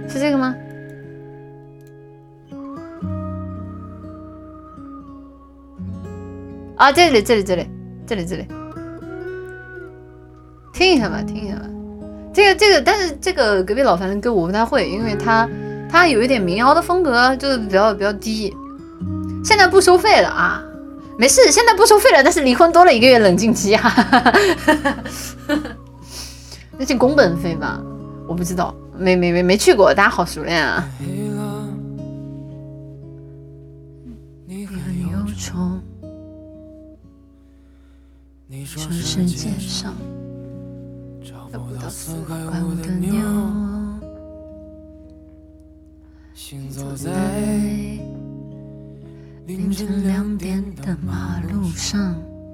是这个吗？啊，这里，听一下吧。这个，但是这个隔壁老樊的歌我不太会，因为他有一点民谣的风格，就是比较低。现在不收费了啊，没事，现在不收费了，但是离婚多了1个月冷静期啊。那是工本费吧？我不知道，没去过，大家好熟练啊。你很忧愁，你说世界上找不到4块5的妞，行走在凌晨2点的马路上，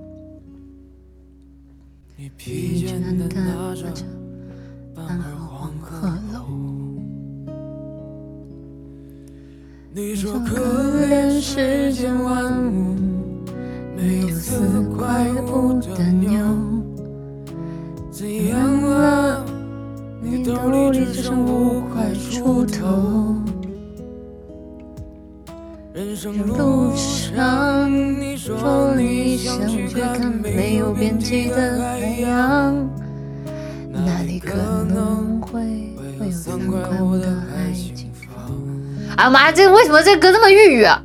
你疲倦地拿着半盒黄鹤楼。你说可怜世间万物没有4块5的妞，怎样了？你兜里只剩5块出头。人生路上，你说你想去看没有边际的海洋，那里可能会有3块5的海景房。啊妈，这为什么这歌这么郁郁啊？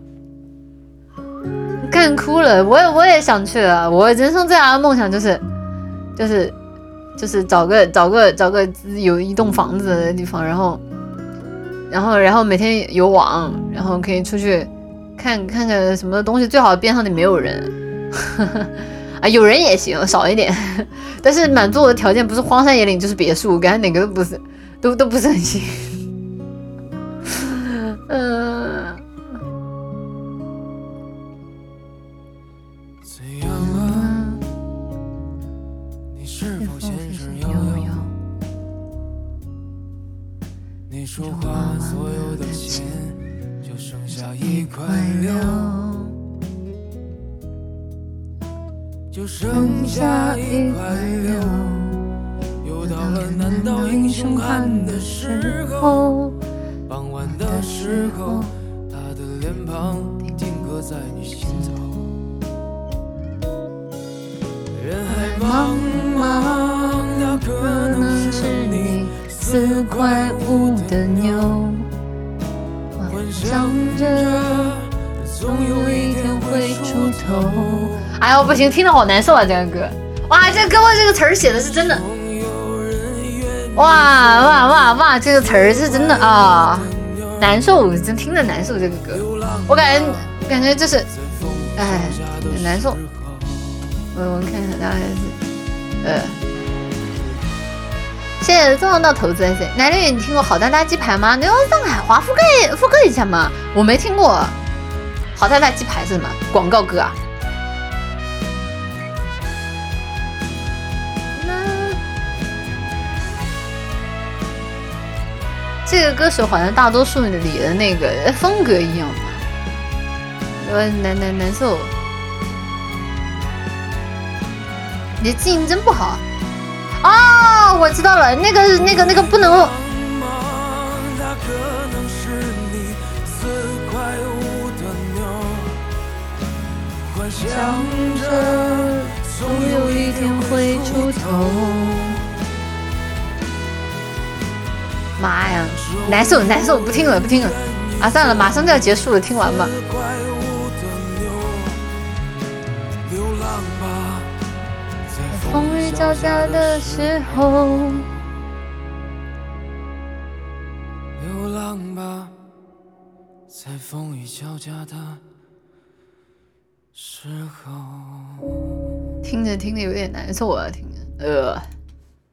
看哭了，我也想去了。我人生最大的梦想就是找个有一栋房子的地方，然后每天有网，然后可以出去看个什么东西，最好边上得没有人。啊，有人也行，少一点，但是满足我的条件不是荒山野岭就是别墅，感觉哪个都不是，都不是很行。怎样啊？你是否先生悠悠？你说花所有的钱，就剩下1块6。就剩下1块6，又到了难倒英雄汉的时候。傍晚的时候，他的脸庞定格在你心头。人海茫茫，那可能是你4块5的妞，幻想着总有一天会出头。哎呦不行，听得好难受啊！这个歌，哇，这个歌这个词儿写的是真的，哇，这个词儿是真的啊，难受，真听着难受。这个歌，我感觉就是，哎，很难受。我看看大概是，谢谢重要到投资 IC。奶绿，你听过好大大鸡排吗？你要上海话复刻一下吗？我没听过。好大大鸡排是什么广告歌啊？这个歌手好像大多数里的那个风格一样嘛，难受。你的记忆真不好啊！我知道了，那个不能。想着总有一天会出头。妈呀，难受，不听了啊！算了，马上就要结束了，听完吧。在风雨交加的时候，流浪吧，在风雨交加的时候。听着有点难受啊，听着